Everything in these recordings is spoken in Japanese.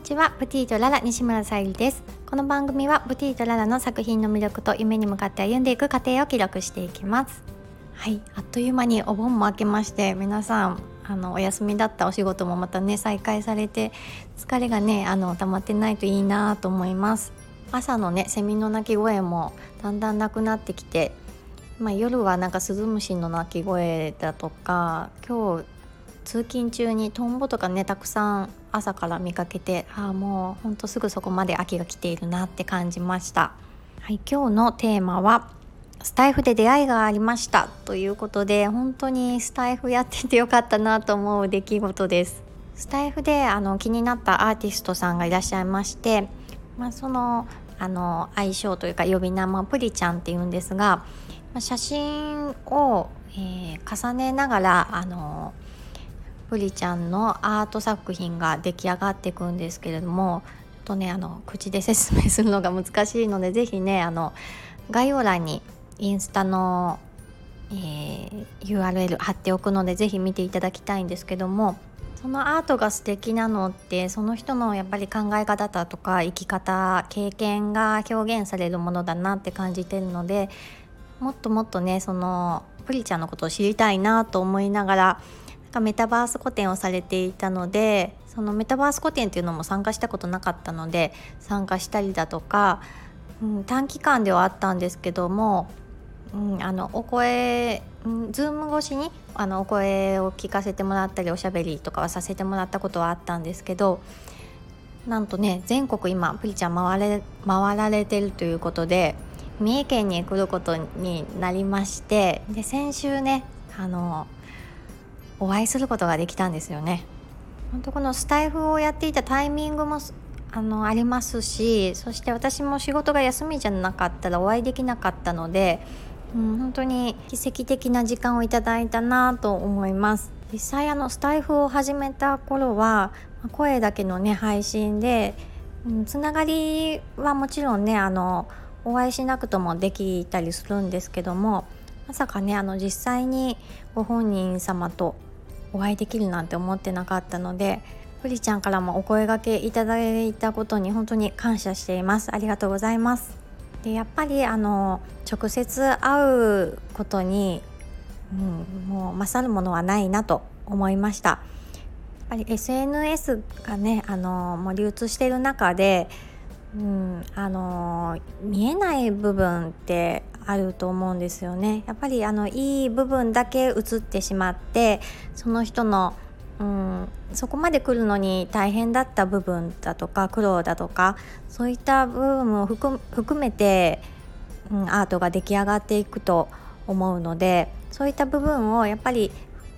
ちは、ブティーとララ西村さゆりです。この番組はブティーとララの作品の魅力と夢に向かって歩んでいく過程を記録していきます。はい、あっという間にお盆も明けまして、皆さんお休みだったお仕事もまたね再開されて、疲れがね溜まってないといいなと思います。朝のねセミの鳴き声もだんだんなくなってきて、夜はなんかスズムシの鳴き声だとか、今日通勤中にトンボとかねたくさん朝から見かけて、もうほんとすぐそこまで秋が来ているなって感じました。はい、今日のテーマはスタイフで出会いがありましたということで、本当にスタイフやっててよかったなと思う出来事です。スタイフで気になったアーティストさんがいらっしゃいまして、その愛称というか呼び名もプリちゃんっていうんですが、写真を、重ねながらプリちゃんのアート作品が出来上がっていくんですけれども、ちょっとね口で説明するのが難しいので、ぜひね概要欄にインスタの、URL 貼っておくので、ぜひ見ていただきたいんですけども、そのアートが素敵なのって、その人のやっぱり考え方だとか生き方、経験が表現されるものだなって感じてるので、もっともっとねそのプリちゃんのことを知りたいなと思いながら、メタバース個展をされていたので、そのメタバース個展っていうのも参加したことなかったので参加したりだとか、短期間ではあったんですけども、お声、ズーム越しにお声を聞かせてもらったり、おしゃべりとかはさせてもらったことはあったんですけど、なんとね全国今プリちゃん回られてるということで、三重県に来ることになりまして、で先週ねお会いすることができたんですよね。本当このスタイフをやっていたタイミングもありますし、そして私も仕事が休みじゃなかったらお会いできなかったので、本当に奇跡的な時間をいただいたなと思います。実際スタイフを始めた頃は声だけのね配信で、つながりはもちろんねお会いしなくともできたりするんですけども、まさかね実際にご本人様とお会いできるなんて思ってなかったので、プリちゃんからもお声掛けいただいたことに本当に感謝しています。ありがとうございます。でやっぱり直接会うことに、もう勝るものはないなと思いました。やっぱり SNS がねもう流通している中で、見えない部分ってあると思うんですよね。やっぱりいい部分だけ映ってしまって、その人のそこまで来るのに大変だった部分だとか苦労だとか、そういった部分を含めて、アートが出来上がっていくと思うので、そういった部分をやっぱり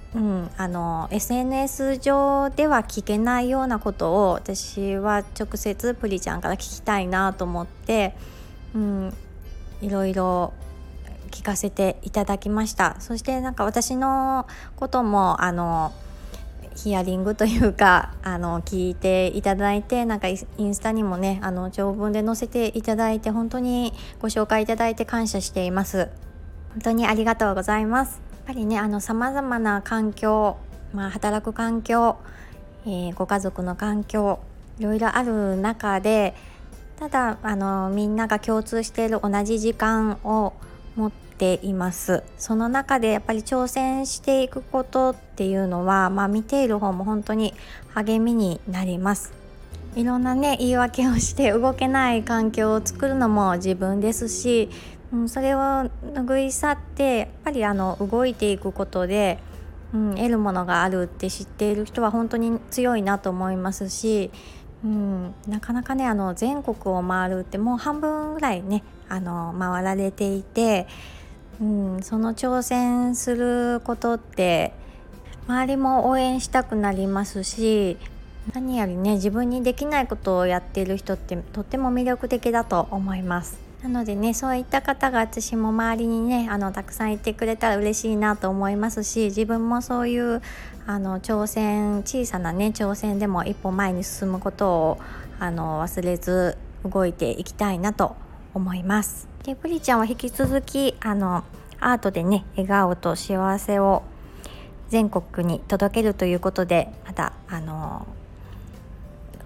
SNS 上では聞けないようなことを、私は直接プリちゃんから聞きたいなと思って、いろいろ聞かせていただきました。そして私のこともヒアリングというか聞いていただいて、インスタにもね長文で載せていただいて、本当にご紹介いただいて感謝しています。本当にありがとうございます。やっぱりね様々な環境、働く環境、ご家族の環境、いろいろある中で、ただみんなが共通している同じ時間を持っています。その中でやっぱり挑戦していくことっていうのは、見ている方も本当に励みになります。いろんなね言い訳をして動けない環境を作るのも自分ですし、それを拭い去ってやっぱり動いていくことで、得るものがあるって知っている人は本当に強いなと思いますし、なかなかね全国を回るってもう半分ぐらいね回られていて、その挑戦することって周りも応援したくなりますし、何よりね自分にできないことをやっている人ってとっても魅力的だと思います。なのでねそういった方が私も周りにねたくさんいてくれたら嬉しいなと思いますし、自分もそういう挑戦、小さなね挑戦でも一歩前に進むことを忘れず動いていきたいなと思います。でプリちゃんは引き続きアートでね笑顔と幸せを全国に届けるということで、また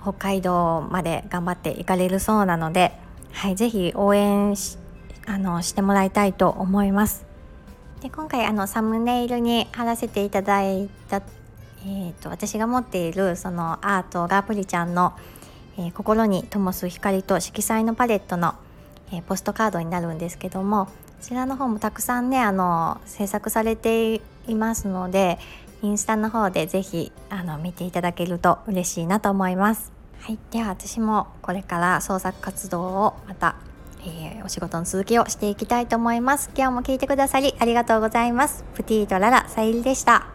北海道まで頑張って行かれるそうなので、はい、ぜひ応援してもらいたいと思います。で、今回サムネイルに貼らせていただいた、私が持っているそのアートがプリちゃんの、心に灯す光と色彩のパレットの、ポストカードになるんですけども、こちらの方もたくさんね制作されていますので、インスタの方でぜひ見ていただけると嬉しいなと思います。はい、では私もこれから創作活動をまた、お仕事の続きをしていきたいと思います。今日も聞いてくださりありがとうございます。プティとララさゆりでした。